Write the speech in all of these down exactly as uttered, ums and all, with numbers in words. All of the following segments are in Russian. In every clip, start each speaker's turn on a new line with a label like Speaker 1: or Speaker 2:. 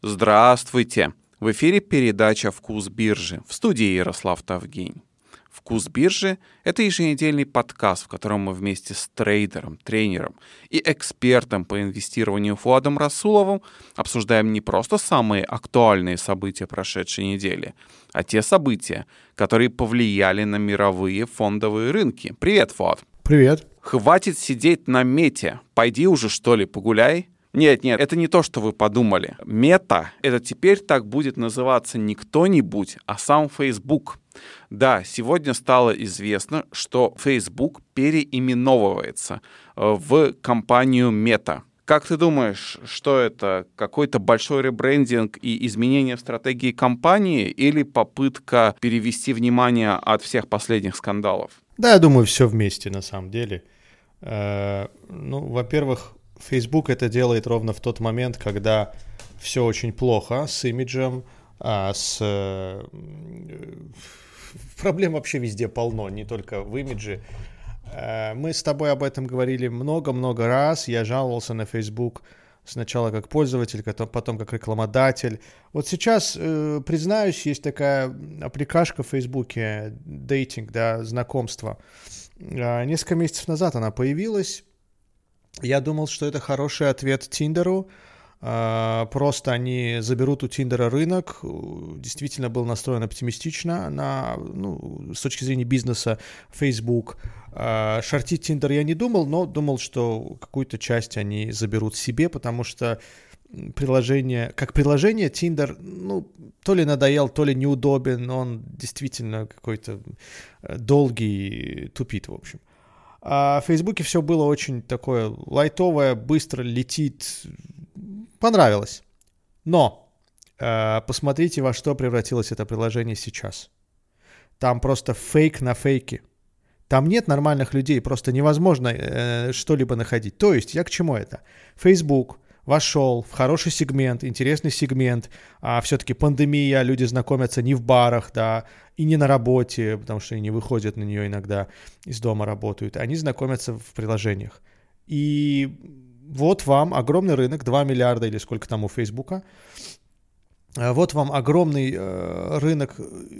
Speaker 1: Здравствуйте! В эфире передача «Вкус биржи», в студии Ярослав Тавгень. «Вкус биржи» — это еженедельный подкаст, в котором мы вместе с трейдером, тренером и экспертом по инвестированию Фуадом Расуловым обсуждаем не просто самые актуальные события прошедшей недели, а те события, которые повлияли на мировые фондовые рынки. Привет, Фуад!
Speaker 2: Привет!
Speaker 1: Хватит сидеть на мете. Пойди уже, что ли, погуляй. Нет, нет, это не то, что вы подумали. Мета — это теперь так будет называться не кто-нибудь, а сам Facebook. Да, сегодня стало известно, что Facebook переименовывается в компанию Meta. Как ты думаешь, что это? Какой-то большой ребрендинг и изменение в стратегии компании или попытка перевести внимание от всех последних скандалов?
Speaker 2: Да, я думаю, все вместе на самом деле. Э, ну, во-первых, Facebook это делает ровно в тот момент, когда все очень плохо с имиджем, а с... Э, проблем вообще везде полно, не только в имидже. Э, мы с тобой об этом говорили много-много раз. Я жаловался на Facebook сначала как пользователь, потом как рекламодатель. Вот сейчас, э, признаюсь, есть такая аппликашка в Фейсбуке, дейтинг, да, знакомство. Э, несколько месяцев назад она появилась. Я думал, что это хороший ответ Тиндеру. Uh, просто они заберут у Тиндера рынок. Действительно был настроен оптимистично на, ну, с точки зрения бизнеса Facebook. Uh, шортить Тиндер я не думал, но думал, что какую-то часть они заберут себе, потому что приложение, как приложение Тиндер, ну, то ли надоел, то ли неудобен, он действительно какой-то долгий, тупит, в общем. А в Фейсбуке все было очень такое лайтовое, быстро летит. Понравилось. Но э, посмотрите, во что превратилось это приложение сейчас. Там просто фейк на фейке. Там нет нормальных людей, просто невозможно э, что-либо находить. То есть, я к чему это? Facebook вошел в хороший сегмент, интересный сегмент, а все-таки пандемия, люди знакомятся не в барах, да, и не на работе, потому что они не выходят на нее иногда, из дома работают, они знакомятся в приложениях. И вот вам огромный рынок, два миллиарда или сколько там у Фейсбука, вот вам огромный э, рынок,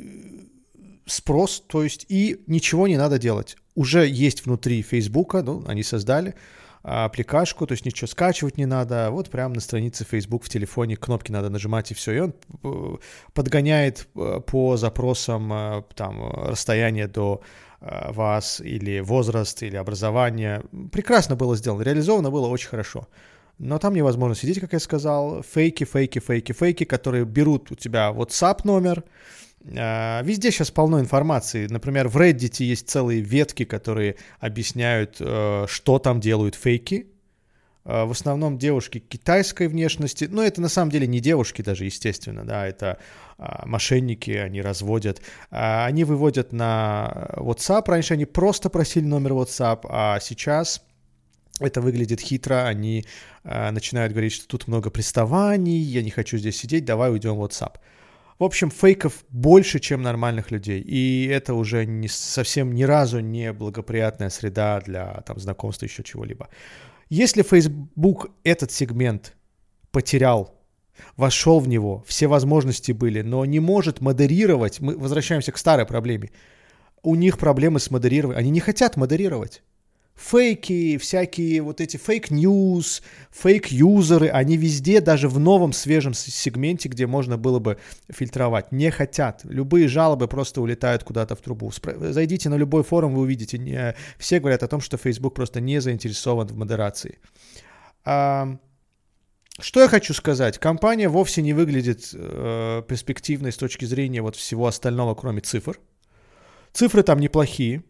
Speaker 2: спрос, то есть и ничего не надо делать. Уже есть внутри Фейсбука, ну, они создали аппликашку, то есть ничего скачивать не надо, вот прямо на странице Facebook в телефоне кнопки надо нажимать и все, и он подгоняет по запросам там расстояние до вас или возраст, или образование. Прекрасно было сделано, реализовано было очень хорошо. Но там невозможно сидеть, как я сказал, фейки, фейки, фейки, фейки, которые берут у тебя WhatsApp номер. Везде сейчас полно информации. Например, в Reddit есть целые ветки, которые объясняют, что там делают фейки. В основном девушки китайской внешности. Но это на самом деле не девушки даже, естественно. Да, это мошенники, они разводят. Они выводят на WhatsApp. Раньше они просто просили номер WhatsApp, а сейчас это выглядит хитро. Они начинают говорить, что тут много приставаний, я не хочу здесь сидеть, давай уйдем в WhatsApp. В общем, фейков больше, чем нормальных людей. И это уже не, совсем ни разу не благоприятная среда для там, знакомства, еще чего-либо. Если Facebook этот сегмент потерял, вошел в него, все возможности были, но не может модерировать, мы возвращаемся к старой проблеме. У них проблемы с модерированием. Они не хотят модерировать. Фейки, всякие вот эти фейк-ньюс, фейк-юзеры, они везде, даже в новом свежем сегменте, где можно было бы фильтровать, не хотят. Любые жалобы просто улетают куда-то в трубу. Зайдите на любой форум, вы увидите, не, все говорят о том, что Facebook просто не заинтересован в модерации. А, что я хочу сказать? Компания вовсе не выглядит э, перспективной с точки зрения вот всего остального, кроме цифр. Цифры там неплохие.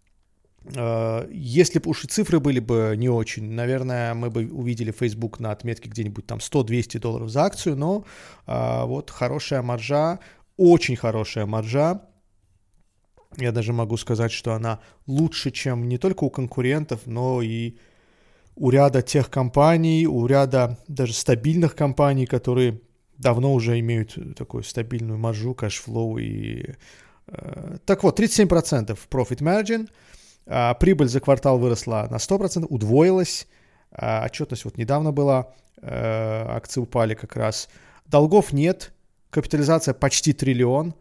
Speaker 2: Если бы уж и цифры были бы не очень, наверное, мы бы увидели Facebook на отметке где-нибудь там сто-двести долларов за акцию, но а, вот хорошая маржа, очень хорошая маржа. Я даже могу сказать, что она лучше, чем не только у конкурентов, но и у ряда тех компаний, у ряда даже стабильных компаний, которые давно уже имеют такую стабильную маржу, кэшфлоу и... Э, так вот, тридцать семь процентов profit margin. А, прибыль за квартал выросла на сто процентов, удвоилась. А, отчетность вот недавно была, а, акции упали как раз. Долгов нет, капитализация почти триллион,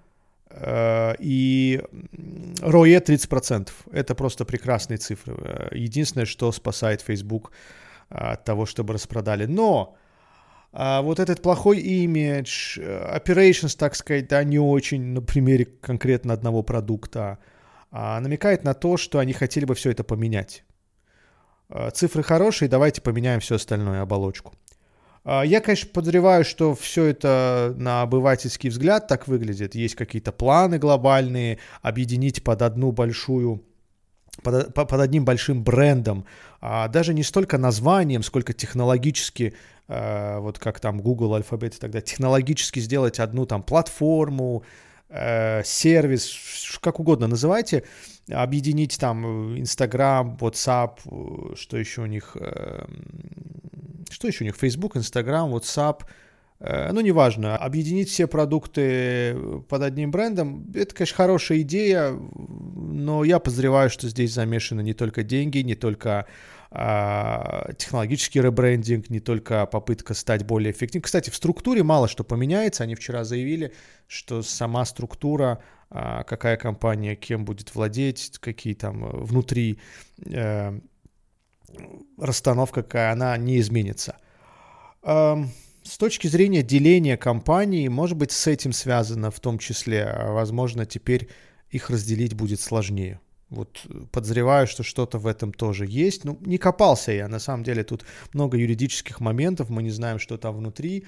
Speaker 2: и РОЕ тридцать процентов. Это просто прекрасные цифры. Единственное, что спасает Facebook от того, чтобы распродали. Но вот этот плохой имидж, operations, так сказать, да, не очень, на примере конкретно одного продукта, намекает на то, что они хотели бы все это поменять. Цифры хорошие, давайте поменяем все остальное, оболочку. Я, конечно, подозреваю, что все это на обывательский взгляд так выглядит. Есть какие-то планы глобальные, объединить под одну большую, под, под одним большим брендом, а даже не столько названием, сколько технологически, вот как там Google, Alphabet и так далее, технологически сделать одну там платформу, сервис, как угодно называйте, объединить там Instagram, WhatsApp, что еще у них, что еще у них, Facebook, Instagram, WhatsApp, ну, неважно, объединить все продукты под одним брендом, это, конечно, хорошая идея, но я подозреваю, что здесь замешаны не только деньги, не только а, технологический ребрендинг, не только попытка стать более эффективным. Кстати, в структуре мало что поменяется, они вчера заявили, что сама структура, а, какая компания кем будет владеть, какие там внутри э, расстановка какая, она не изменится. С точки зрения деления компаний, может быть, с этим связано в том числе. Возможно, теперь их разделить будет сложнее. Вот подозреваю, что что-то в этом тоже есть. Ну, не копался я. На самом деле тут много юридических моментов. Мы не знаем, что там внутри.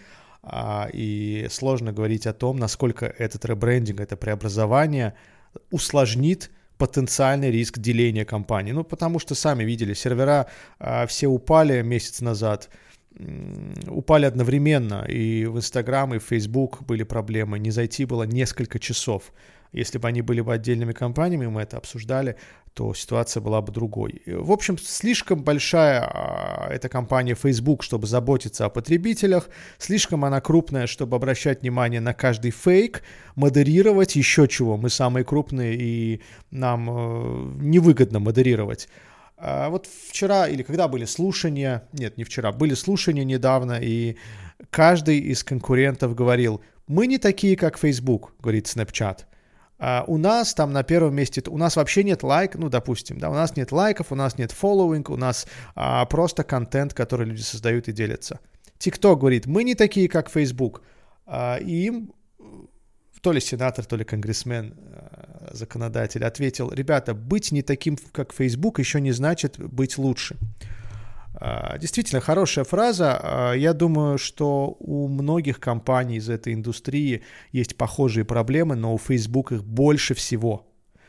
Speaker 2: И сложно говорить о том, насколько этот ребрендинг, это преобразование усложнит потенциальный риск деления компании. Ну, потому что сами видели, сервера все упали месяц назад. Упали одновременно, и в Instagram, и в Facebook были проблемы, не зайти было несколько часов. Если бы они были бы отдельными компаниями, мы это обсуждали, то ситуация была бы другой. В общем, слишком большая эта компания Facebook, чтобы заботиться о потребителях, слишком она крупная, чтобы обращать внимание на каждый фейк, модерировать, еще чего, мы самые крупные, и нам невыгодно модерировать. Вот вчера или когда были слушания, нет, не вчера, были слушания недавно, и каждый из конкурентов говорил, мы не такие, как Facebook, говорит Snapchat. А у нас там на первом месте, у нас вообще нет лайков, ну, допустим, да, у нас нет лайков, у нас нет фоллоуинг, у нас а, просто контент, который люди создают и делятся. TikTok говорит, мы не такие, как Facebook. А, и им то ли сенатор, то ли конгрессмен, законодатель ответил, ребята, быть не таким, как Facebook, еще не значит быть лучше. Действительно, хорошая фраза. Я думаю, что у многих компаний из этой индустрии есть похожие проблемы, но у Facebook их больше всего.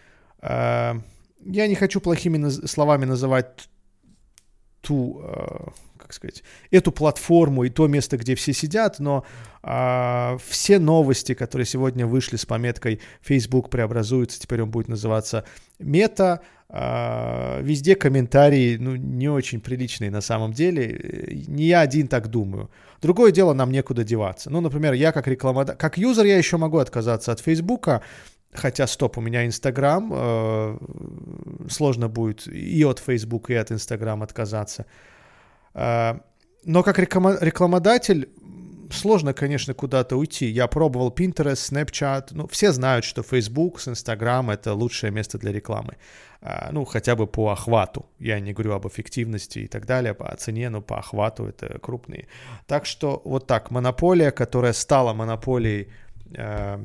Speaker 2: Я не хочу плохими словами называть ту, как сказать, эту платформу и то место, где все сидят, но а, все новости, которые сегодня вышли с пометкой Facebook преобразуется, теперь он будет называться Мета, а, везде комментарии, ну, не очень приличные на самом деле, не я один так думаю. Другое дело, нам некуда деваться. Ну, например, я как рекламодатель, как юзер я еще могу отказаться от Facebook, хотя, стоп, у меня Instagram, э, сложно будет и от Facebook, и от Instagram отказаться. Э, но как рекламодатель сложно, конечно, куда-то уйти. Я пробовал Pinterest, Snapchat. Ну, все знают, что Facebook с Instagram — это лучшее место для рекламы. Э, ну, хотя бы по охвату. Я не говорю об эффективности и так далее, по цене, но по охвату это крупные. Так что вот так, монополия, которая стала монополией э,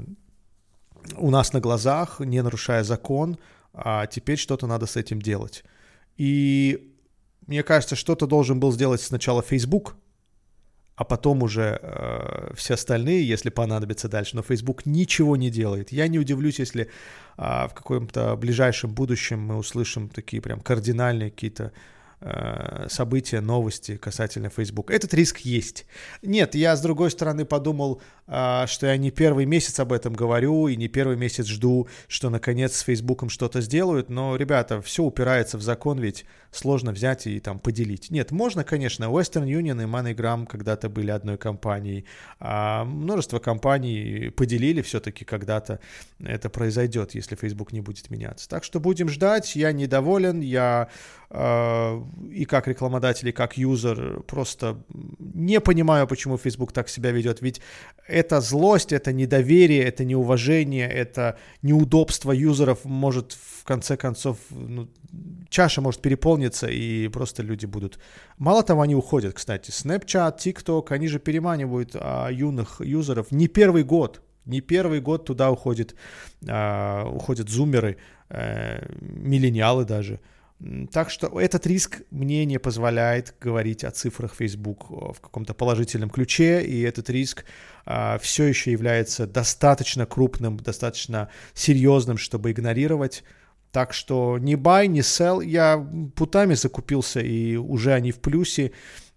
Speaker 2: у нас на глазах, не нарушая закон, а теперь что-то надо с этим делать. И мне кажется, что-то должен был сделать сначала Facebook, а потом уже э, все остальные, если понадобится дальше. Но Facebook ничего не делает. Я не удивлюсь, если э, в каком-то ближайшем будущем мы услышим такие прям кардинальные какие-то события, новости касательно Facebook. Этот риск есть. Нет, я с другой стороны подумал, что я не первый месяц об этом говорю и не первый месяц жду, что наконец с Фейсбуком что-то сделают, но, ребята, все упирается в закон, ведь сложно взять и там поделить. Нет, можно, конечно, Western Union и MoneyGram когда-то были одной компанией, а множество компаний поделили все-таки когда-то. Это произойдет, если Facebook не будет меняться. Так что будем ждать, я недоволен, я и как рекламодатель, и как юзер, просто не понимаю, почему Facebook так себя ведет. Ведь это злость, это недоверие, это неуважение, это неудобство юзеров может в конце концов, ну, чаша может переполниться, и просто люди будут... Мало того, они уходят, кстати. Snapchat, TikTok, они же переманивают а, юных юзеров. Не первый год. Не первый год туда уходит, а, уходят зумеры, а, миллениалы даже. Так что этот риск мне не позволяет говорить о цифрах Facebook в каком-то положительном ключе, и этот риск а, все еще является достаточно крупным, достаточно серьезным, чтобы игнорировать. Так что не buy, не sell. Я путами закупился, и уже они в плюсе,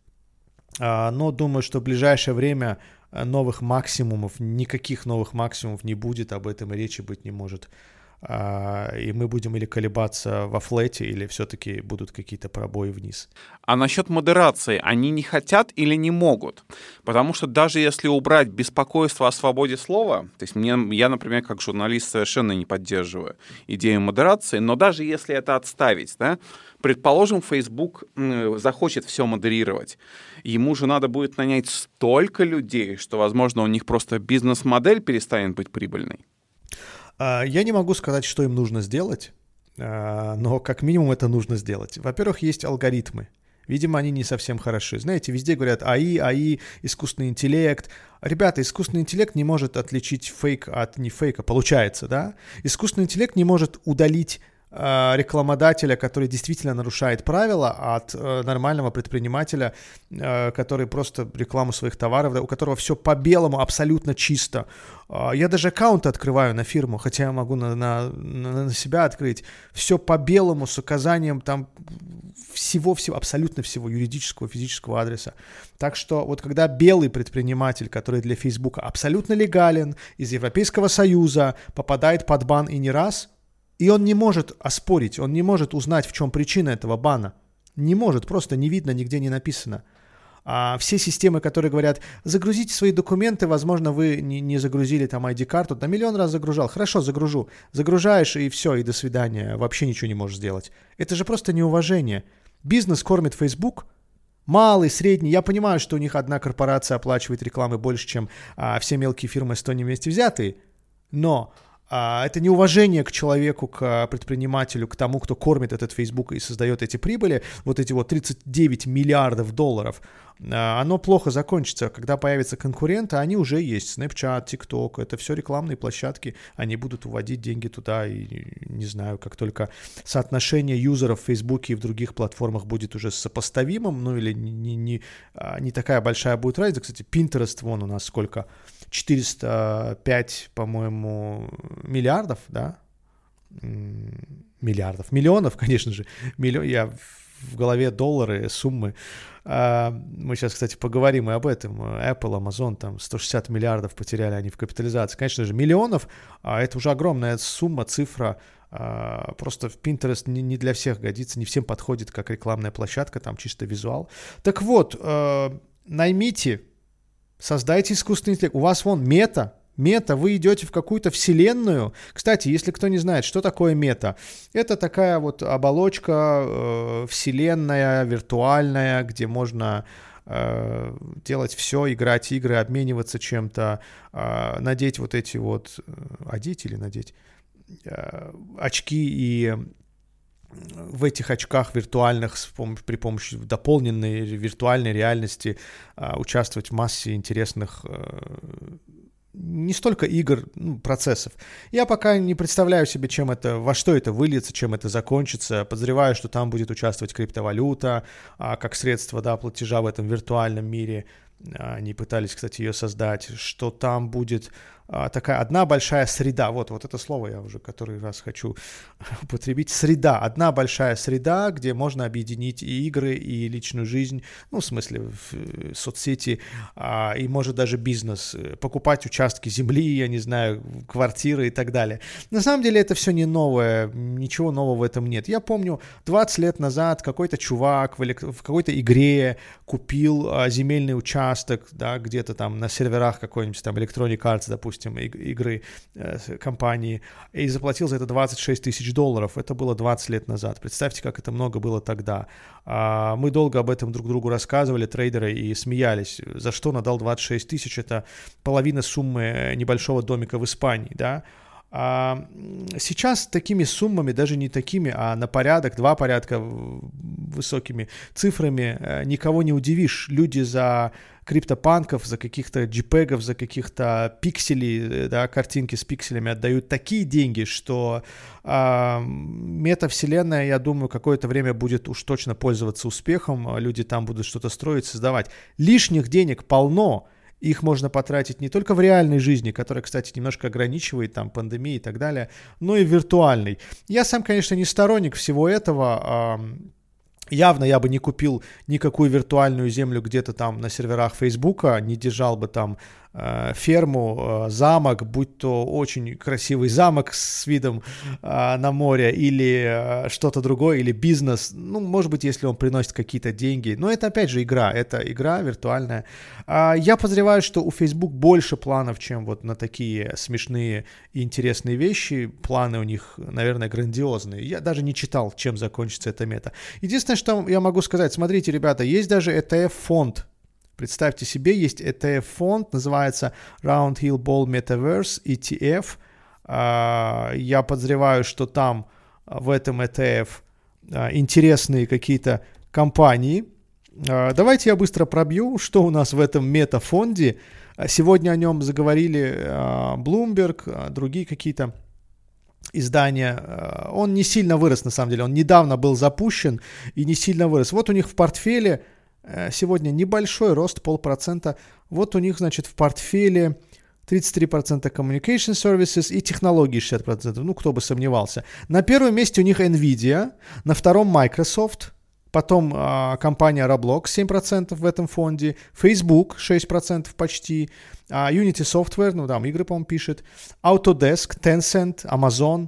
Speaker 2: а, но думаю, что в ближайшее время новых максимумов, никаких новых максимумов не будет, об этом и речи быть не может. И мы будем или колебаться во флете, или все-таки будут какие-то пробои вниз.
Speaker 1: А насчет модерации, они не хотят или не могут? Потому что даже если убрать беспокойство о свободе слова, то есть мне, я, например, как журналист совершенно не поддерживаю идею модерации, но даже если это отставить, да, предположим, Facebook захочет все модерировать, ему же надо будет нанять столько людей, что, возможно, у них просто бизнес-модель перестанет быть прибыльной.
Speaker 2: Я не могу сказать, что им нужно сделать, но как минимум это нужно сделать. Во-первых, есть алгоритмы. Видимо, они не совсем хороши. Знаете, везде говорят эй ай, эй ай, искусственный интеллект. Ребята, искусственный интеллект не может отличить фейк от не фейка, получается, да? Искусственный интеллект не может удалить рекламодателя, который действительно нарушает правила, от э, нормального предпринимателя, э, который просто рекламу своих товаров, да, у которого все по-белому абсолютно чисто. Э, я даже аккаунт открываю на фирму, хотя я могу на, на, на, на себя открыть. Все по-белому, с указанием там всего-всего, абсолютно всего, юридического, физического адреса. Так что вот когда белый предприниматель, который для Facebook абсолютно легален, из Европейского Союза, попадает под бан и не раз, и он не может оспорить, он не может узнать, в чем причина этого бана. Не может, просто не видно, нигде не написано. А все системы, которые говорят, загрузите свои документы, возможно, вы не, не загрузили там ай ди-карту, на миллион раз загружал. Хорошо, загружу. Загружаешь, и все, и до свидания. Вообще ничего не можешь сделать. Это же просто неуважение. Бизнес кормит Facebook, малый, средний. Я понимаю, что у них одна корпорация оплачивает рекламы больше, чем а, все мелкие фирмы с Тони вместе взятые, но... Это неуважение к человеку, к предпринимателю, к тому, кто кормит этот Facebook и создает эти прибыли, вот эти вот тридцать девять миллиардов долларов, оно плохо закончится. Когда появятся конкуренты, они уже есть. Snapchat, TikTok, это все рекламные площадки, они будут уводить деньги туда, и не знаю, как только соотношение юзеров в Facebook и в других платформах будет уже сопоставимым, ну или не, не, не такая большая будет разница. Кстати, Pinterest, вон у нас сколько... четыреста пять, по-моему, миллиардов, да? Миллиардов, миллионов, конечно же. Миллион, я в голове доллары, суммы. Мы сейчас, кстати, поговорим и об этом. Apple, Amazon, там сто шестьдесят миллиардов потеряли они в капитализации. Конечно же, миллионов, это уже огромная сумма, цифра. Просто в Pinterest не для всех годится, не всем подходит как рекламная площадка, там чисто визуал. Так вот, наймите, создайте искусственный интеллект. У вас вон мета. Мета, вы идете в какую-то вселенную. Кстати, если кто не знает, что такое мета, это такая вот оболочка, э, вселенная, виртуальная, где можно э, делать все, играть игры, обмениваться чем-то, э, надеть вот эти вот, одеть или надеть, э, очки и... в этих очках виртуальных с пом- при помощи дополненной виртуальной реальности а, участвовать в массе интересных а, не столько игр, ну, процессов. Я пока не представляю себе, чем это, во что это выльется, чем это закончится. Подозреваю, что там будет участвовать криптовалюта а, как средство, да, платежа в этом виртуальном мире. Они пытались, кстати, ее создать, что там будет а, такая одна большая среда, вот, вот это слово я уже который раз хочу употребить, среда, одна большая среда, где можно объединить и игры, и личную жизнь, ну, в смысле, в соцсети, а, и, может, даже бизнес, покупать участки земли, я не знаю, квартиры и так далее. На самом деле это все не новое, ничего нового в этом нет. Я помню, двадцать лет назад какой-то чувак в, элект... в какой-то игре купил а, земельный участок, да, где-то там на серверах какой-нибудь там Electronic Arts, допустим, допустим, игры компании, и заплатил за это двадцать шесть тысяч долларов. Это было двадцать лет назад. Представьте, как это много было тогда. Мы долго об этом друг другу рассказывали, трейдеры, и смеялись. За что надал двадцать шесть тысяч? Это половина суммы небольшого домика в Испании, да? А сейчас такими суммами, даже не такими, а на порядок, два порядка высокими цифрами никого не удивишь. Люди за криптопанков, за каких-то джипегов, за каких-то пикселей, да, картинки с пикселями отдают такие деньги, что а, метавселенная, я думаю, какое-то время будет уж точно пользоваться успехом. Люди там будут что-то строить, создавать. Лишних денег полно. Их можно потратить не только в реальной жизни, которая, кстати, немножко ограничивает там пандемией и так далее, но и в виртуальной. Я сам, конечно, не сторонник всего этого. Явно я бы не купил никакую виртуальную землю где-то там на серверах Фейсбука, не держал бы там э, ферму, э, замок, будь то очень красивый замок с видом э, на море или э, что-то другое, или бизнес. Ну, может быть, если он приносит какие-то деньги. Но это, опять же, игра. Это игра виртуальная. А я подозреваю, что у Facebook больше планов, чем вот на такие смешные и интересные вещи. Планы у них, наверное, грандиозные. Я даже не читал, чем закончится эта мета. Единственное, что я могу сказать, смотрите, ребята, есть даже и ти эф-фонд. Представьте себе, есть и ти эф-фонд, называется Round Hill Ball Metaverse, и ти эф. Я подозреваю, что там в этом и ти эф интересные какие-то компании. Давайте я быстро пробью, что у нас в этом метафонде. Сегодня о нем заговорили Bloomberg, другие какие-то издания. Он не сильно вырос, на самом деле. Он недавно был запущен и не сильно вырос. Вот у них в портфеле сегодня небольшой рост, полпроцента. Вот у них, значит, в портфеле тридцать три процента Communication Services и технологии шестьдесят процентов. Ну, кто бы сомневался. На первом месте у них Nvidia, на втором Microsoft, потом э, компания Roblox семь процентов в этом фонде, Facebook шесть процентов почти, э, Unity Software, ну там игры, по-моему, пишет, Autodesk, Tencent, Amazon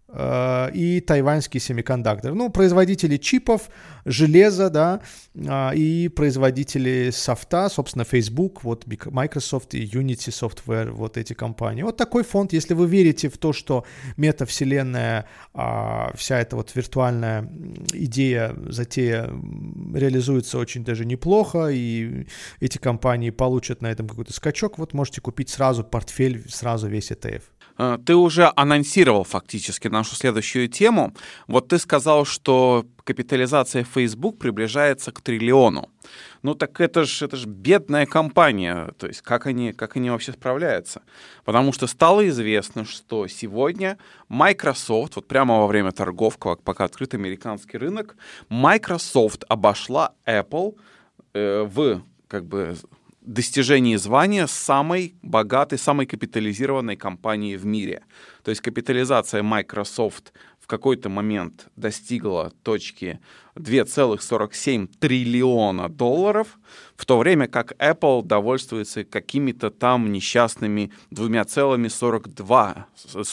Speaker 2: э, и тайваньский семикондуктор. Ну, производители чипов, железа, да, э, и производители софта, собственно, Facebook, вот Microsoft и Unity Software, вот эти компании. Вот такой фонд, если вы верите в то, что метавселенная, э, вся эта вот виртуальная идея, затея реализуется очень даже неплохо, и эти компании получат на этом какой-то скачок, вот можете купить сразу портфель, сразу весь и ти эф.
Speaker 1: Ты уже анонсировал фактически нашу следующую тему. Вот ты сказал, что капитализация Facebook приближается к триллиону. Ну так это же это ж бедная компания. То есть как они, как они вообще справляются? Потому что стало известно, что сегодня Microsoft, вот прямо во время торгов, пока открыт американский рынок, Microsoft обошла Apple э, в как бы достижении звания самой богатой, самой капитализированной компании в мире. То есть капитализация Microsoft в какой-то момент достигла точки два целых сорок семь триллиона долларов, в то время как Apple довольствуется какими-то там несчастными два целых сорок две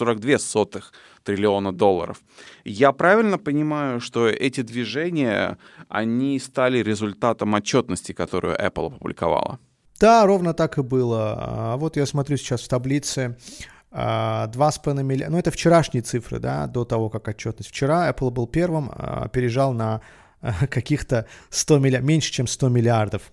Speaker 1: сотых триллиона долларов. Я правильно понимаю, что эти движения, они стали результатом отчетности, которую Apple опубликовала?
Speaker 2: Да, ровно так и было. Вот я смотрю сейчас в таблице. два с половиной миллиарда, ну это вчерашние цифры, да, до того, как отчетность. Вчера Apple был первым, опережал на каких-то сто миллиардов, меньше, чем сто миллиардов.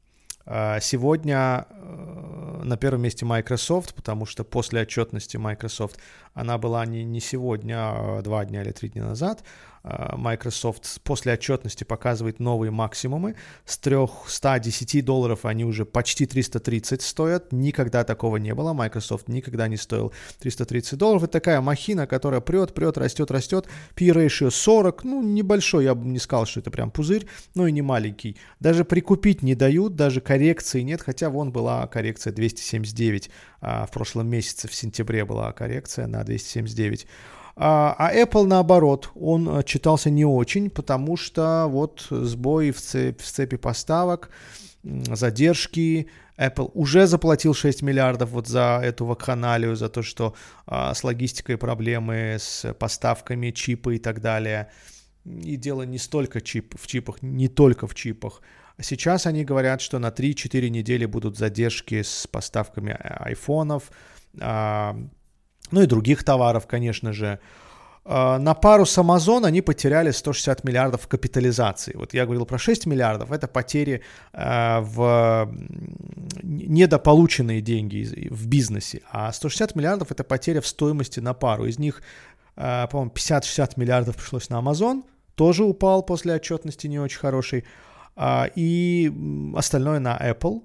Speaker 2: Сегодня на первом месте Microsoft, потому что после отчетности Microsoft, она была не, не сегодня, а два дня или три дня назад. Microsoft после отчетности показывает новые максимумы. С триста десять долларов они уже почти триста тридцать стоят. Никогда такого не было. Microsoft никогда не стоил триста тридцать долларов. Это такая махина, которая прет, прет, растет, растет. пи-ratio сорок. Ну, небольшой. Я бы не сказал, что это прям пузырь, но и не маленький. Даже прикупить не дают, даже коррекции нет. Хотя вон была коррекция двести семьдесят девять. А в прошлом месяце, в сентябре, была коррекция на двести семьдесят девять. А Apple, наоборот, он читался не очень, потому что вот сбои в цепи, в цепи поставок, задержки. Apple уже заплатил шесть миллиардов вот за эту вакханалию, за то, что а, с логистикой проблемы, с поставками, чипы и так далее. И дело не столько чип, в чипах, не только в чипах. Сейчас они говорят, что на три-четыре недели будут задержки с поставками айфонов, ну и других товаров, конечно же. На пару с Amazon они потеряли сто шестьдесят миллиардов капитализации. Вот я говорил про шесть миллиардов, это потери э, в недополученные деньги в бизнесе, а сто шестьдесят миллиардов это потеря в стоимости на пару. Из них, э, по-моему, пятьдесят-шестьдесят миллиардов пришлось на Amazon, тоже упал после отчетности не очень хороший, э, и остальное на Apple.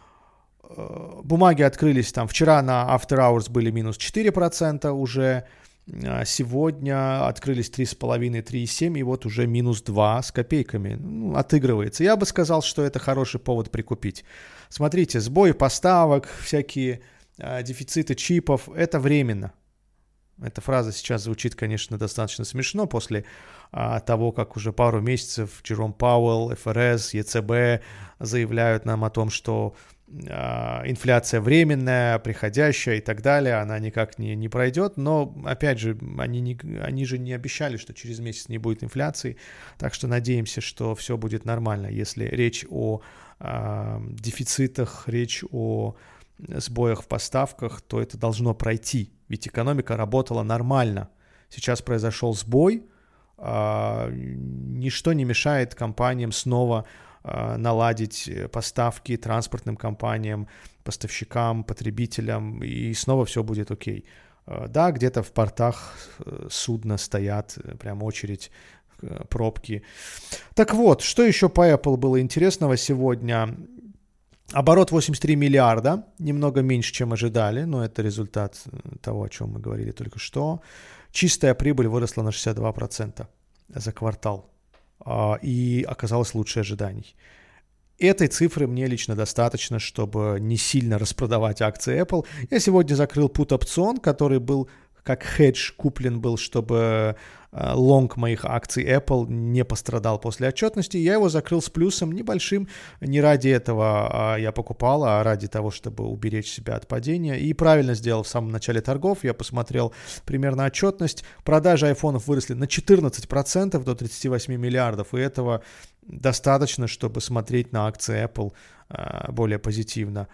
Speaker 2: Бумаги открылись там, вчера на After Hours были минус четыре процента уже, сегодня открылись три целых пять десятых - три целых семь десятых, и вот уже минус два с копейками. Ну, отыгрывается. Я бы сказал, что это хороший повод прикупить. Смотрите, сбои поставок, всякие э, дефициты чипов, это временно. Эта фраза сейчас звучит, конечно, достаточно смешно после а, того, как уже пару месяцев Джером Пауэлл, эф эр эс, е цэ бэ заявляют нам о том, что а, инфляция временная, приходящая и так далее, она никак не, не пройдет. Но, опять же, они, не, они же не обещали, что через месяц не будет инфляции. Так что надеемся, что все будет нормально. Если речь о а, дефицитах, речь о сбоях в поставках, то это должно пройти. Ведь экономика работала нормально. Сейчас произошел сбой. А, ничто не мешает компаниям снова а, наладить поставки транспортным компаниям, поставщикам, потребителям, и снова все будет окей. А, да, где-то в портах судна стоят, прям очередь, пробки. Так вот, что еще по Apple было интересного сегодня? Оборот восемьдесят три миллиарда, немного меньше, чем ожидали, но это результат того, о чем мы говорили только что. Чистая прибыль выросла на шестьдесят два процента за квартал и оказалась лучше ожиданий. Этой цифры мне лично достаточно, чтобы не сильно распродавать акции Apple. Я сегодня закрыл put-опцион, который был как хедж куплен был, чтобы лонг моих акций Apple не пострадал после отчетности. Я его закрыл с плюсом небольшим. Не ради этого я покупал, а ради того, чтобы уберечь себя от падения. И правильно сделал в самом начале торгов. Я посмотрел примерно отчетность. Продажи айфонов выросли на четырнадцать процентов до тридцать восемь миллиардов. И этого достаточно, чтобы смотреть на акции Apple более позитивно.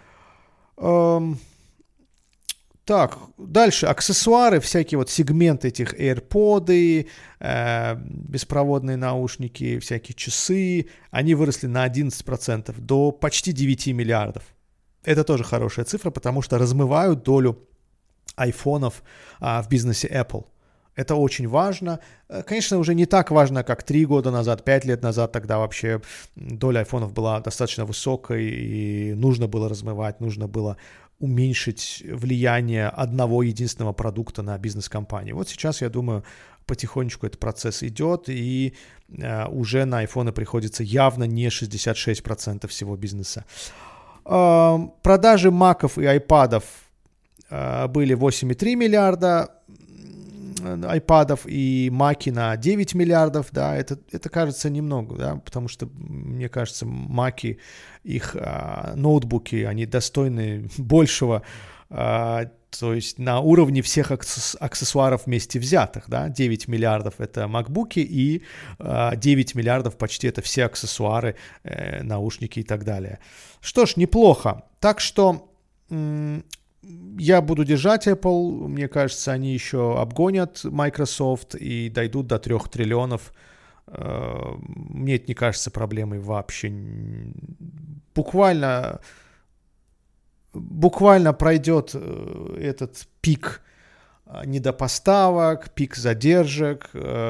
Speaker 2: Так, дальше аксессуары, всякие вот сегменты этих AirPods, э, беспроводные наушники, всякие часы, они выросли на одиннадцать процентов до почти девять миллиардов. Это тоже хорошая цифра, потому что размывают долю айфонов а, в бизнесе Apple. Это очень важно. Конечно, уже не так важно, как три года назад, пять лет назад, тогда вообще доля айфонов была достаточно высокой, и нужно было размывать, нужно было уменьшить влияние одного единственного продукта на бизнес-компании. Вот сейчас, я думаю, потихонечку этот процесс идет, и э, уже на айфоны приходится явно не шестьдесят шесть процентов всего бизнеса. Э, продажи маков и айпадов э, были восемь целых три миллиарда, айпадов и маки на девять миллиардов, да, это, это кажется немного, да, потому что, мне кажется, маки, их а, ноутбуки, они достойны большего, а, то есть на уровне всех аксессуаров вместе взятых, да, девять миллиардов это макбуки и а, девять миллиардов почти это все аксессуары, э, наушники и так далее. Что ж, неплохо. Так что м- я буду держать Apple, мне кажется, они еще обгонят Microsoft и дойдут до трех триллионов. Мне это не кажется проблемой вообще. Буквально, буквально пройдет этот пик недопоставок, пик задержек,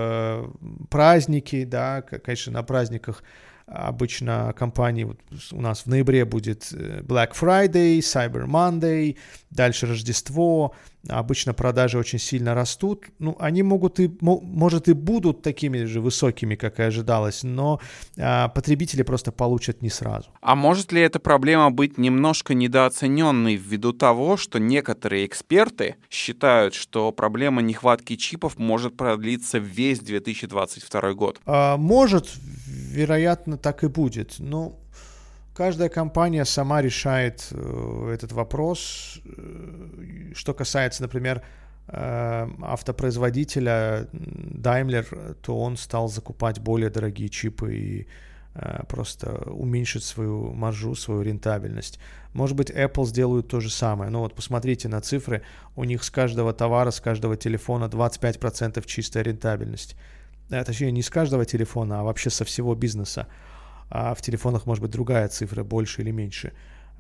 Speaker 2: праздники, да, конечно, на праздниках обычно компании, вот у нас в ноябре будет Black Friday, Cyber Monday, дальше Рождество, обычно продажи очень сильно растут. Ну, они могут и, может, и будут такими же высокими, как и ожидалось, но а, потребители просто получат не сразу.
Speaker 1: А может ли эта проблема быть немножко недооцененной ввиду того, что некоторые эксперты считают, что проблема нехватки чипов может продлиться весь две тысячи двадцать второй год?
Speaker 2: А, может, вероятно, так и будет. Но каждая компания сама решает э, этот вопрос. Что касается, например, э, автопроизводителя Daimler, то он стал закупать более дорогие чипы и просто уменьшить свою маржу, свою рентабельность. Может быть, Apple сделают то же самое. Ну вот посмотрите на цифры. У них с каждого товара, с каждого телефона двадцать пять процентов чистая рентабельность. Точнее, не с каждого телефона, а вообще со всего бизнеса. А в телефонах может быть другая цифра, больше или меньше.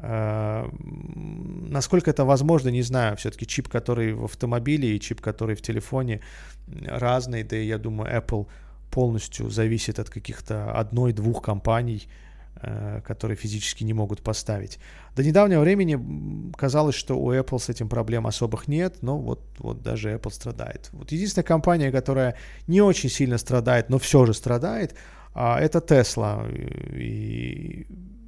Speaker 2: Насколько это возможно, не знаю. Все-таки чип, который в автомобиле, и чип, который в телефоне, разный. Да и я думаю, Apple полностью зависит от каких-то одной-двух компаний, которые физически не могут поставить. До недавнего времени казалось, что у Apple с этим проблем особых нет, но вот, вот даже Apple страдает. Вот единственная компания, которая не очень сильно страдает, но все же страдает, это Tesla. И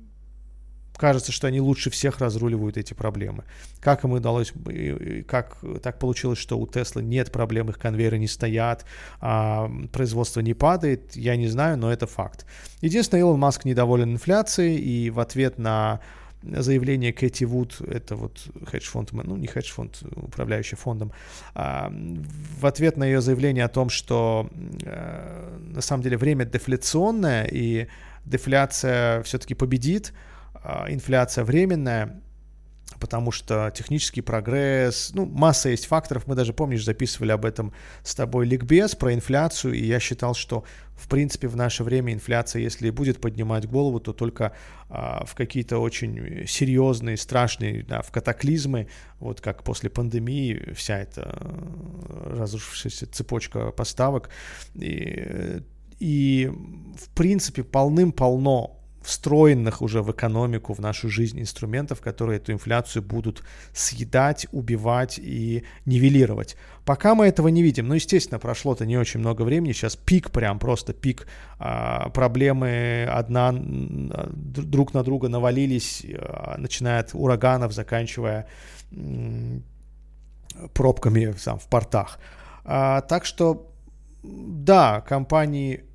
Speaker 2: кажется, что они лучше всех разруливают эти проблемы. Как им удалось, как так получилось, что у Tesla нет проблем, их конвейеры не стоят, а производство не падает, я не знаю, но это факт. Единственное, Илон Маск недоволен инфляцией, и в ответ на заявление Кэти Вуд, это вот хедж-фонд, ну не хедж-фонд, управляющий фондом, а, в ответ на ее заявление о том, что а, на самом деле время дефляционное, и дефляция все-таки победит, а, инфляция временная, потому что технический прогресс, ну, масса есть факторов. Мы даже, помнишь, записывали об этом с тобой ликбез про инфляцию, и я считал, что, в принципе, в наше время инфляция, если и будет поднимать голову, то только а, в какие-то очень серьезные, страшные, да, в катаклизмы, вот как после пандемии вся эта разрушившаяся цепочка поставок. И, и в принципе, полным-полно встроенных уже в экономику, в нашу жизнь инструментов, которые эту инфляцию будут съедать, убивать и нивелировать. Пока мы этого не видим. Ну, естественно, прошло-то не очень много времени. Сейчас пик, прям просто пик. А, проблемы одна друг на друга навалились, а, начиная от ураганов, заканчивая м- пробками сам, в портах. А, так что, да, компании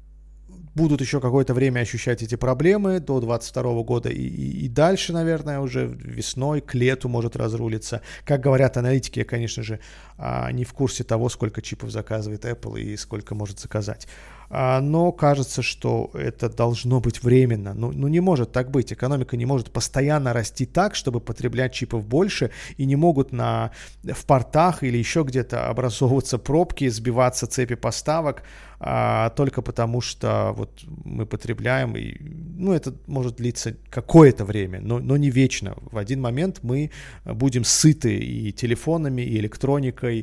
Speaker 2: будут еще какое-то время ощущать эти проблемы до двадцать второго года и, и, и дальше, наверное, уже весной, к лету может разрулиться. Как говорят аналитики, я, конечно же, не в курсе того, сколько чипов заказывает Apple и сколько может заказать. Но кажется, что это должно быть временно. Ну, ну не может так быть. Экономика не может постоянно расти так, чтобы потреблять чипов больше, и не могут на, в портах или еще где-то образовываться пробки, сбиваться цепи поставок, а, только потому что вот мы потребляем. И, ну, это может длиться какое-то время, но, но не вечно. В один момент мы будем сыты и телефонами, и электроникой,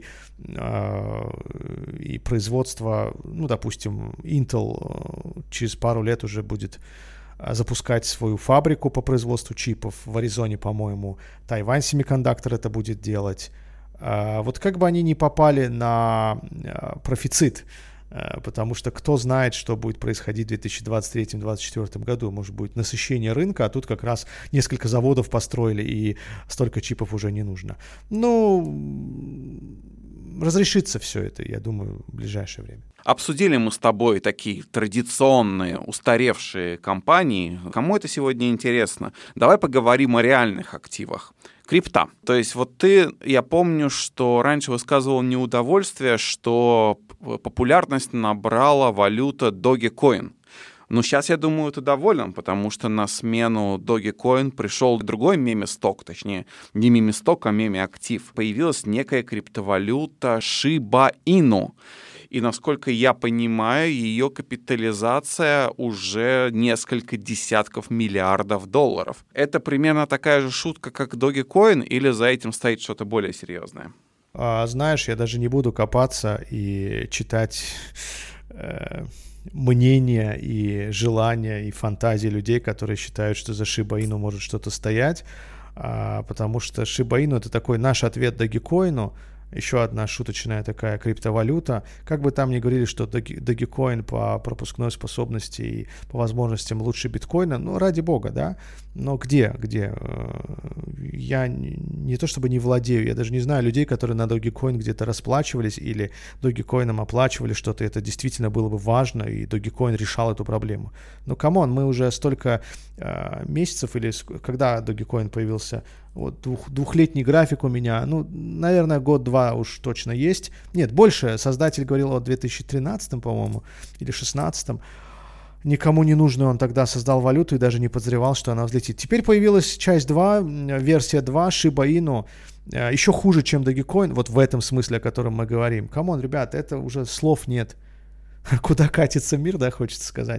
Speaker 2: а, и производство, ну, допустим, Intel через пару лет уже будет запускать свою фабрику по производству чипов. В Аризоне, по-моему, Taiwan Semiconductor это будет делать. Вот как бы они не попали на профицит, потому что кто знает, что будет происходить в две тысячи двадцать третьем — две тысячи двадцать четвёртом году. Может быть насыщение рынка, а тут как раз несколько заводов построили, и столько чипов уже не нужно. Ну, разрешится все это, я думаю, в ближайшее время.
Speaker 1: Обсудили мы с тобой такие традиционные, устаревшие компании. Кому это сегодня интересно? Давай поговорим о реальных активах. Крипта. То есть вот ты, я помню, что раньше высказывал неудовольствие, что популярность набрала валюта Dogecoin. Но сейчас, я думаю, ты доволен, потому что на смену Dogecoin пришел другой меме-сток, точнее, не меме-сток, а меме-актив. Появилась некая криптовалюта Shiba Inu. И, насколько я понимаю, ее капитализация уже несколько десятков миллиардов долларов. Это примерно такая же шутка, как Dogecoin, или за этим стоит что-то более серьезное?
Speaker 2: А, знаешь, я даже не буду копаться и читать э, мнения и желания и фантазии людей, которые считают, что за Shiba Inu может что-то стоять, а, потому что Shiba Inu — это такой наш ответ Dogecoin. Еще одна шуточная такая криптовалюта. Как бы там ни говорили, что Dogecoin по пропускной способности и по возможностям лучше биткоина, ну, ради бога, да? Но где? Где? Я не то чтобы не владею, я даже не знаю людей, которые на Dogecoin где-то расплачивались или Dogecoin оплачивали что-то. Это действительно было бы важно, и Dogecoin решал эту проблему. Но, камон, мы уже столько э, месяцев, или когда Dogecoin появился, вот двух, двухлетний график у меня, ну, наверное, год-два уж точно есть. Нет, больше. Создатель говорил о две тысячи тринадцатом, по-моему, или шестнадцатом. Никому не нужную он тогда создал валюту и даже не подозревал, что она взлетит. Теперь появилась часть два, версия два, Shiba Inu, еще хуже, чем Dogecoin, вот в этом смысле, о котором мы говорим. Камон, ребят, это уже слов нет. Куда катится мир, да, хочется сказать.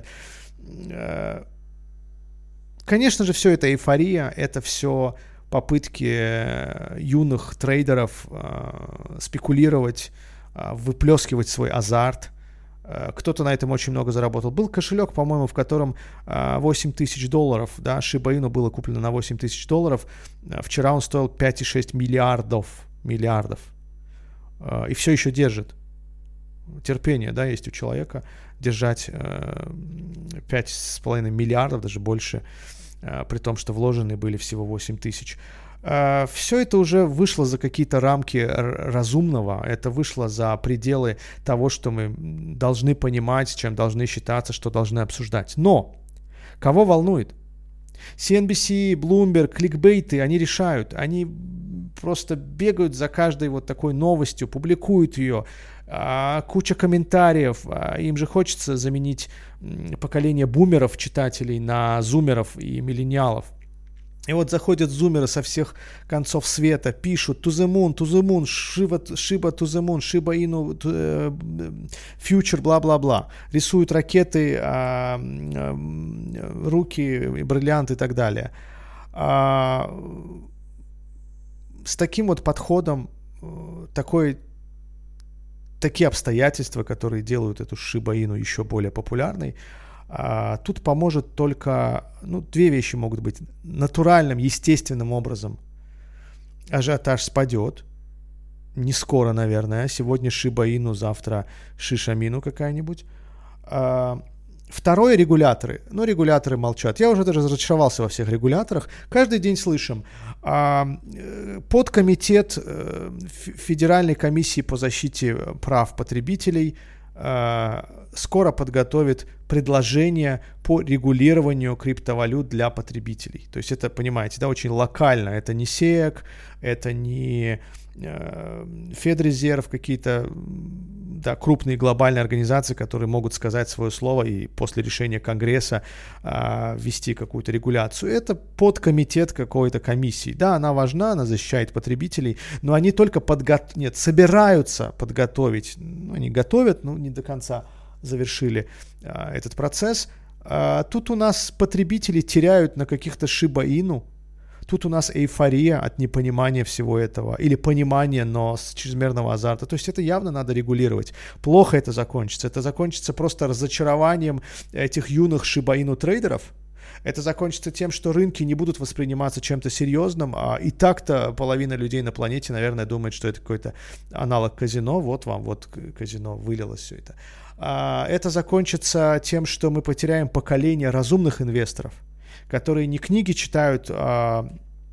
Speaker 2: Конечно же, все это эйфория, это все попытки юных трейдеров спекулировать, выплескивать свой азарт. Кто-то на этом очень много заработал. Был кошелек, по-моему, в котором восемь тысяч долларов, да, Shiba Inu было куплено на восемь тысяч долларов. Вчера он стоил пять целых шесть миллиардов, миллиардов. И все еще держит. Терпение, да, есть у человека держать пять с половиной миллиардов, даже больше, при том, что вложены были всего восемь тысяч. Все это уже вышло за какие-то рамки разумного, это вышло за пределы того, что мы должны понимать, чем должны считаться, что должны обсуждать. Но кого волнует? си эн би си, Bloomberg, кликбейты, они решают, они просто бегают за каждой вот такой новостью, публикуют ее, куча комментариев, им же хочется заменить поколение бумеров, читателей, на зумеров и миллениалов. И вот заходят зумеры со всех концов света, пишут to the moon, to the moon, Shiba, Shiba to the moon, Shiba Inu, to, uh, future, бла-бла-бла. Рисуют ракеты, uh, uh, руки, бриллианты и так далее. Uh, с таким вот подходом, uh, такой, такие обстоятельства, которые делают эту Shiba Inu еще более популярной, А, тут поможет только, ну, две вещи могут быть. Натуральным, естественным образом ажиотаж спадет. Не скоро, наверное. Сегодня Shiba Inu, завтра Shishaminu какая-нибудь. А, второе, регуляторы. Ну, регуляторы молчат. Я уже даже разочаровался во всех регуляторах. Каждый день слышим. А, подкомитет Федеральной комиссии по защите прав потребителей скоро подготовит предложение по регулированию криптовалют для потребителей. То есть это, понимаете, да, очень локально. Это не сек, это не э, Федрезерв, какие-то, да, крупные глобальные организации, которые могут сказать свое слово и после решения Конгресса э, ввести какую-то регуляцию. Это подкомитет какой-то комиссии. Да, она важна, она защищает потребителей, но они только подго... Нет, собираются подготовить. Они готовят, но не до конца завершили а, этот процесс. А, тут у нас потребители теряют на каких-то Shiba Inu. Тут у нас эйфория от непонимания всего этого. Или понимания, но с чрезмерного азарта. То есть это явно надо регулировать. Плохо это закончится. Это закончится просто разочарованием этих юных Shiba Inu трейдеров. Это закончится тем, что рынки не будут восприниматься чем-то серьезным, а и так-то половина людей на планете, наверное, думает, что это какой-то аналог казино. Вот вам, вот казино, вылилось все это. А, это закончится тем, что мы потеряем поколение разумных инвесторов, которые не книги читают а,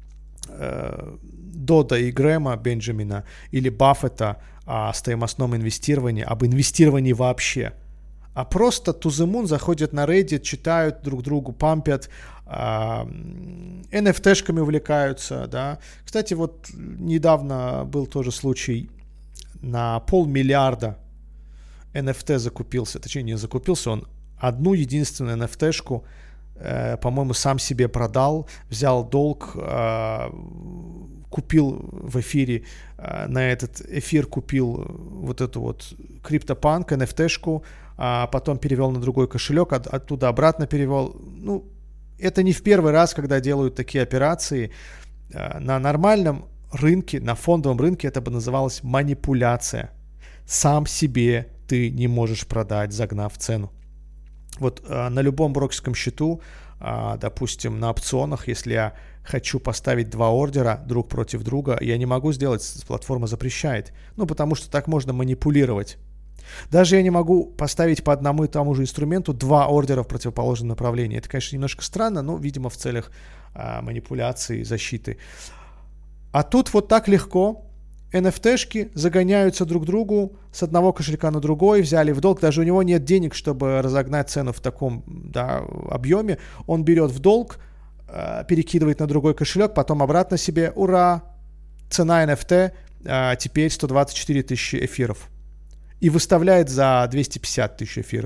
Speaker 2: а, Дода и Грэма Бенджамина или Баффета о стоимостном инвестировании, об инвестировании вообще. А просто to the moon заходят на Reddit, читают друг другу, пампят, а, эн эф ти-шками увлекаются, да. Кстати, вот недавно был тоже случай, на полмиллиарда эн эф ти закупился, точнее не закупился, он одну единственную эн эф ти-шку, э, по-моему, сам себе продал, взял долг, э, купил в эфире, э, на этот эфир купил вот эту вот CryptoPunk эн эф ти-шку, а потом перевел на другой кошелек, от, оттуда обратно перевел. Ну, это не в первый раз, когда делают такие операции. На нормальном рынке, на фондовом рынке это бы называлось манипуляция. Сам себе ты не можешь продать, загнав цену. Вот на любом брокерском счету, допустим, на опционах, если я хочу поставить два ордера друг против друга, я не могу сделать, платформа запрещает. Ну, потому что так можно манипулировать. Даже я не могу поставить по одному и тому же инструменту два ордера в противоположном направлении. Это, конечно, немножко странно, но, видимо, в целях а, манипуляции, защиты. А тут вот так легко эн эф ти-шки загоняются друг другу с одного кошелька на другой, взяли в долг. Даже у него нет денег, чтобы разогнать цену в таком, да, объеме. Он берет в долг, а, перекидывает на другой кошелек, потом обратно себе. Ура! Цена эн эф ти а, теперь сто двадцать четыре тысячи эфиров. И выставляет за двести пятьдесят тысяч эфиров.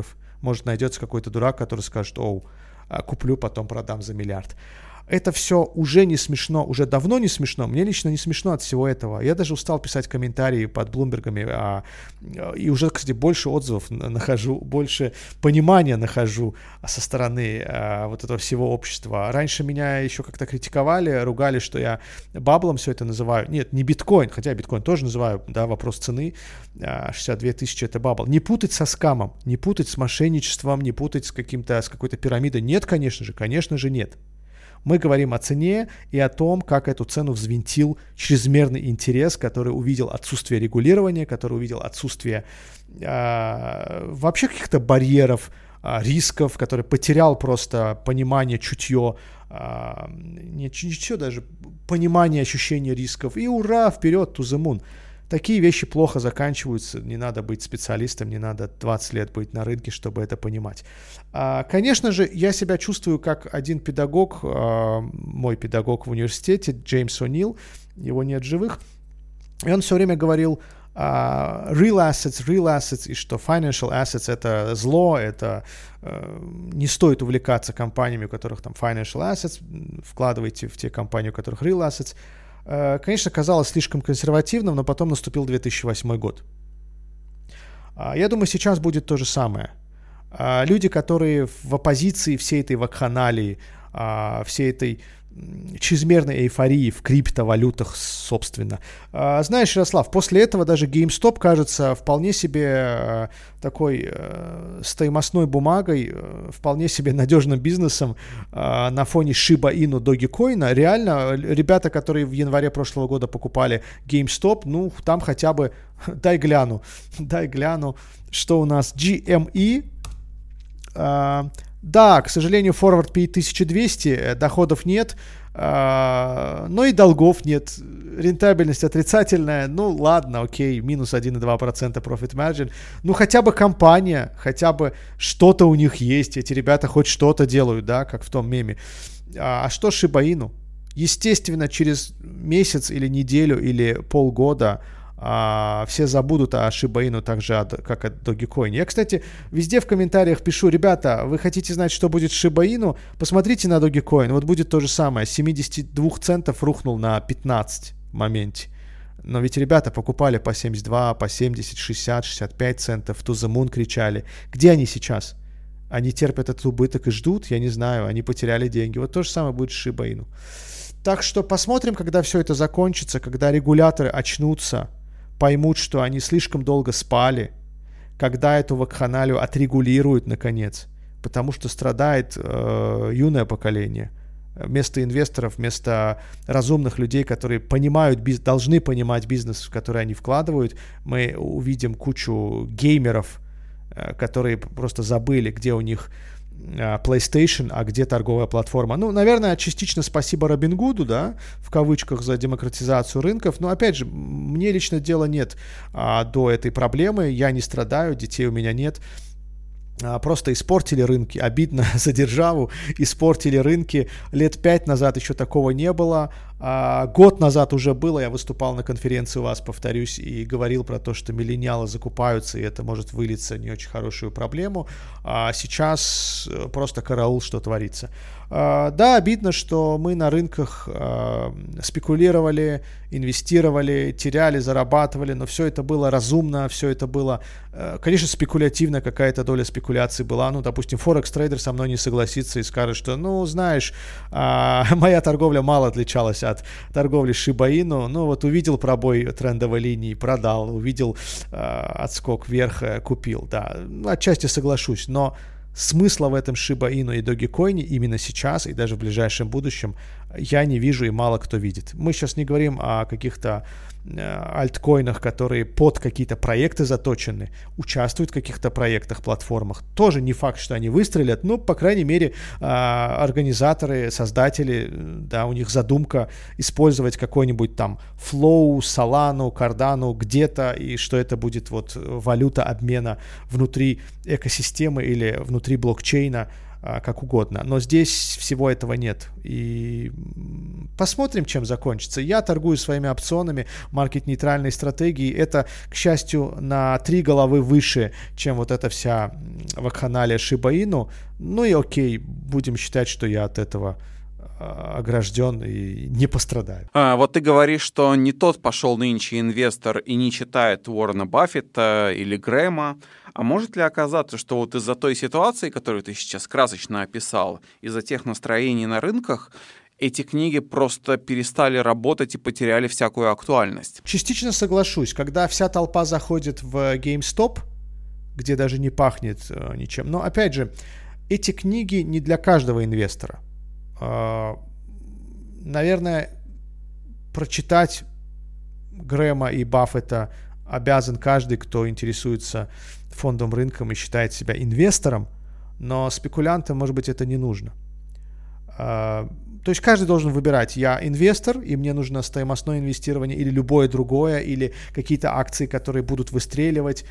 Speaker 2: Может, найдется какой-то дурак, который скажет: оу, куплю, потом продам за миллиард. Это все уже не смешно, уже давно не смешно. Мне лично не смешно от всего этого. Я даже устал писать комментарии под Блумбергами, а, и уже, кстати, больше отзывов нахожу, больше понимания нахожу со стороны а, вот этого всего общества. Раньше меня еще как-то критиковали, ругали, что я баблом все это называю. Нет, не биткоин, хотя биткоин тоже называю, да, вопрос цены. шестьдесят две тысячи это бабл. Не путать со скамом, не путать с мошенничеством, не путать с, каким-то, с какой-то пирамидой. Нет, конечно же, конечно же нет. Мы говорим о цене и о том, как эту цену взвинтил чрезмерный интерес, который увидел отсутствие регулирования, который увидел отсутствие э, вообще каких-то барьеров, э, рисков, который потерял просто понимание, чутье, э, не чутье даже, понимание, ощущение рисков. И ура, вперед, to the moon. Такие вещи плохо заканчиваются, не надо быть специалистом, не надо двадцать лет быть на рынке, чтобы это понимать. А, конечно же, я себя чувствую как один педагог, а, мой педагог в университете, Джеймс О'Нил, его нет живых, и он все время говорил а, real assets, real assets, и что financial assets — это зло, это а, не стоит увлекаться компаниями, у которых там financial assets, вкладывайте в те компании, у которых real assets. Конечно, казалось слишком консервативным, но потом наступил две тысячи восьмой год. Я думаю, сейчас будет то же самое. Люди, которые в оппозиции всей этой вакханалии, всей этой чрезмерной эйфории в криптовалютах, собственно. Знаешь, Ярослав, после этого даже GameStop кажется вполне себе такой стоимостной бумагой, вполне себе надежным бизнесом на фоне Shiba Inu, Dogecoin. Реально, ребята, которые в январе прошлого года покупали GameStop, ну, там хотя бы, дай гляну, дай гляну, что у нас джи эм и... Да, к сожалению, Forward P тысяча двести, доходов нет, но и долгов нет, рентабельность отрицательная, ну ладно, окей, минус один целых два десятых процента profit margin, ну хотя бы компания, хотя бы что-то у них есть, эти ребята хоть что-то делают, да, как в том меме. А что Shiba Inu? Естественно, через месяц или неделю или полгода А, все забудут о Shiba Inu так же, как о Dogecoin. Я, кстати, везде в комментариях пишу: ребята, вы хотите знать, что будет с Shiba Inu? Посмотрите на Dogecoin, вот будет то же самое. С семидесяти двух центов рухнул на пятнадцать в моменте. Но ведь ребята покупали по семьдесят два, по семьдесят, шестьдесят, шестьдесят пять центов, to the moon кричали. Где они сейчас? Они терпят этот убыток и ждут? Я не знаю, они потеряли деньги. Вот то же самое будет с Shiba Inu. Так что посмотрим, когда все это закончится, когда регуляторы очнутся, поймут, что они слишком долго спали, когда эту вакханалию отрегулируют наконец, потому что страдает э, юное поколение. Вместо инвесторов, вместо разумных людей, которые понимают, биз... должны понимать бизнес, в который они вкладывают, мы увидим кучу геймеров, э, которые просто забыли, где у них PlayStation, а где торговая платформа. Ну, наверное, частично спасибо Робингуду, да, в кавычках, за демократизацию рынков. Но, опять же, мне лично дела нет а, до этой проблемы. Я не страдаю, детей у меня нет. А, просто испортили рынки. Обидно за державу. Испортили рынки. Лет пять назад еще такого не было. А, год назад уже было. Я выступал на конференции у вас, повторюсь, и говорил про то, что миллениалы закупаются, и это может вылиться в не очень хорошую проблему. А сейчас просто караул, что творится. А, да, обидно, что мы на рынках а, спекулировали, инвестировали, теряли, зарабатывали, но все это было разумно, все это было, а, конечно, спекулятивно, какая-то доля спекуляции была. Ну, допустим, Форекс-трейдер со мной не согласится и скажет, что, ну, знаешь, а, моя торговля мало отличалась от торговли Shiba Inu. Ну, вот увидел пробой трендовой линии, продал, увидел э, отскок вверх, купил. Да, отчасти соглашусь, но смысла в этом Shiba Inu и Dogecoin именно сейчас и даже в ближайшем будущем я не вижу, и мало кто видит. Мы сейчас не говорим о каких-то альткоинах, которые под какие-то проекты заточены, участвуют в каких-то проектах, платформах. Тоже не факт, что они выстрелят, но, по крайней мере, организаторы, создатели, да, у них задумка использовать какой-нибудь там Flow, Solana, Cardano где-то, и что это будет вот валюта обмена внутри экосистемы или внутри блокчейна. как угодно. Но здесь всего этого нет. И посмотрим, чем закончится. Я торгую своими опционами маркет-нейтральной стратегии. Это, к счастью, на три головы выше, чем вот эта вся вакханалия Shiba Inu. Ну и окей, будем считать, что я от этого огражден и не пострадаю.
Speaker 1: А, вот ты говоришь, что не тот пошел нынче инвестор и не читает Уоррена Баффета или Грэма. А может ли оказаться, что вот из-за той ситуации, которую ты сейчас красочно описал, из-за тех настроений на рынках, эти книги просто перестали работать и потеряли всякую актуальность?
Speaker 2: Частично соглашусь. Когда вся толпа заходит в GameStop, где даже не пахнет э, ничем. Но, опять же, эти книги не для каждого инвестора. Uh, наверное, прочитать Грэма и Баффета обязан каждый, кто интересуется фондовым рынком и считает себя инвестором, но спекулянтам, может быть, это не нужно. Uh, то есть каждый должен выбирать: я инвестор, и мне нужно стоимостное инвестирование, или любое другое, или какие-то акции, которые будут выстреливать.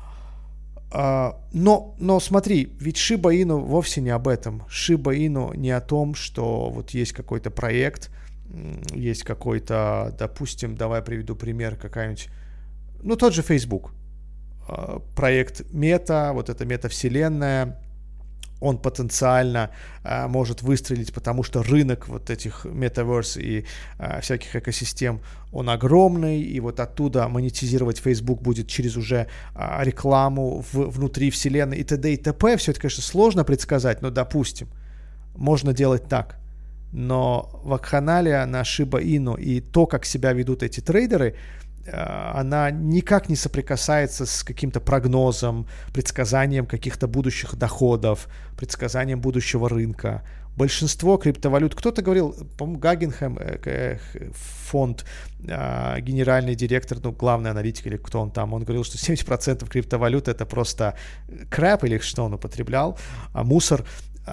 Speaker 2: Uh, но, но смотри, ведь Shiba Inu вовсе не об этом. Shiba Inu не о том, что вот есть какой-то проект, есть какой-то, допустим, давай приведу пример, какая-нибудь, ну тот же Facebook. Uh, проект Мета, вот эта метавселенная, он потенциально uh, может выстрелить, потому что рынок вот этих Metaverse и uh, всяких экосистем, он огромный, и вот оттуда монетизировать Facebook будет через уже uh, рекламу в, внутри вселенной и т.д. и т.п. Все это, конечно, сложно предсказать, но, допустим, можно делать так. Но вакханалия на Shiba Inu и то, как себя ведут эти трейдеры, она никак не соприкасается с каким-то прогнозом, предсказанием каких-то будущих доходов, предсказанием будущего рынка. Большинство криптовалют, кто-то говорил, по-моему, Гагенхэм, фонд, генеральный директор, ну, главный аналитик или кто он там, он говорил, что семьдесят процентов криптовалют это просто крэп, или что он употреблял, мусор.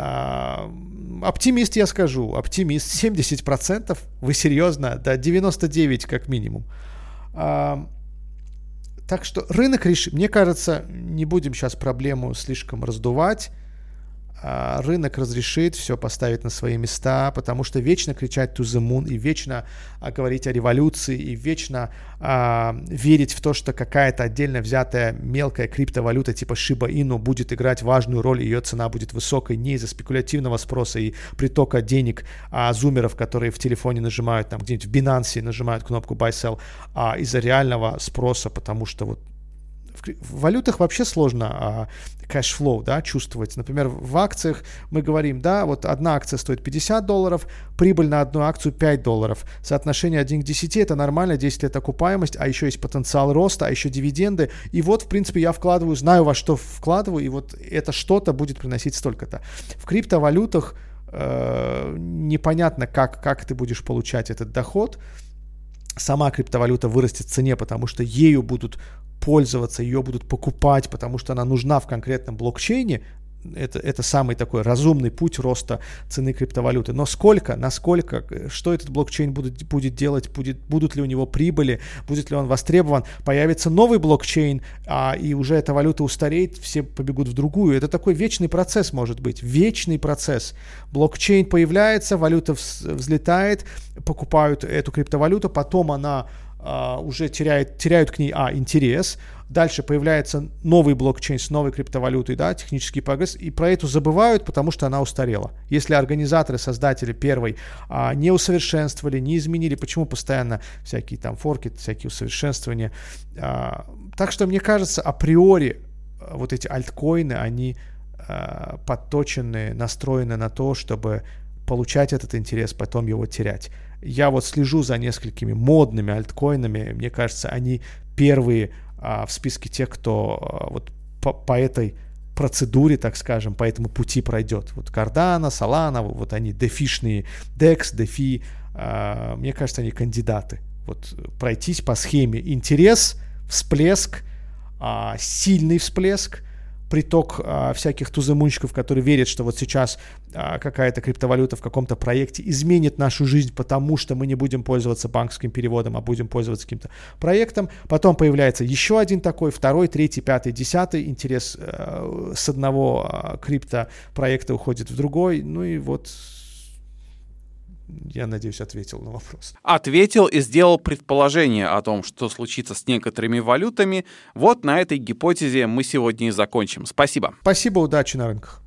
Speaker 2: Оптимист, я скажу, оптимист, семьдесят процентов, вы серьезно, да, девяносто девять процентов как минимум. Uh, так что рынок решит. Мне кажется, не будем сейчас проблему слишком раздувать. Uh, рынок разрешит все поставить на свои места, потому что вечно кричать to the moon и вечно uh, говорить о революции и вечно uh, верить в то, что какая-то отдельно взятая мелкая криптовалюта типа Shiba Inu будет играть важную роль, ее цена будет высокой не из-за спекулятивного спроса и притока денег а зумеров, которые в телефоне нажимают, там где-нибудь в Binance нажимают кнопку buy sell, а из-за реального спроса, потому что вот в валютах вообще сложно кэшфлоу, да, чувствовать. Например, в акциях мы говорим, да, вот одна акция стоит пятьдесят долларов, прибыль на одну акцию пять долларов. Соотношение один к десяти это нормально, десять лет окупаемость, а еще есть потенциал роста, а еще дивиденды. И вот, в принципе, я вкладываю, знаю, во что вкладываю, и вот это что-то будет приносить столько-то. В криптовалютах э, непонятно, как, как ты будешь получать этот доход. Сама криптовалюта вырастет в цене, потому что ею будут пользоваться, ее будут покупать, потому что она нужна в конкретном блокчейне. Это, это самый такой разумный путь роста цены криптовалюты. Но сколько, насколько, что этот блокчейн будет, будет делать, будет, будут ли у него прибыли, будет ли он востребован, появится новый блокчейн, а, и уже эта валюта устареет, все побегут в другую. Это такой вечный процесс может быть, вечный процесс. Блокчейн появляется, валюта взлетает, покупают эту криптовалюту, потом она Uh, уже теряет, теряют к ней а, интерес, дальше появляется новый блокчейн с новой криптовалютой, да, технический прогресс, и про эту забывают, потому что она устарела. Если организаторы, создатели первой uh, не усовершенствовали, не изменили, почему постоянно всякие там форки, всякие усовершенствования. Uh, так что мне кажется, априори uh, вот эти альткоины, они uh, подточены, настроены на то, чтобы получать этот интерес, потом его терять. Я вот слежу за несколькими модными альткоинами. Мне кажется, они первые а, в списке тех, кто а, вот по, по этой процедуре, так скажем, по этому пути пройдет. Вот Cardano, Solana, вот они дефишные, декс, дефи. А, мне кажется, они кандидаты. Вот пройтись по схеме интерес, всплеск, а, сильный всплеск, приток а, всяких туземунщиков, которые верят, что вот сейчас а, какая-то криптовалюта в каком-то проекте изменит нашу жизнь, потому что мы не будем пользоваться банковским переводом, а будем пользоваться каким-то проектом. Потом появляется еще один такой, второй, третий, пятый, десятый. Интерес а, с одного а, криптопроекта уходит в другой. Ну и вот... Я надеюсь, ответил на вопрос.
Speaker 1: Ответил и сделал предположение о том, что случится с некоторыми валютами. Вот на этой гипотезе мы сегодня и закончим. Спасибо.
Speaker 2: Спасибо, удачи на рынках.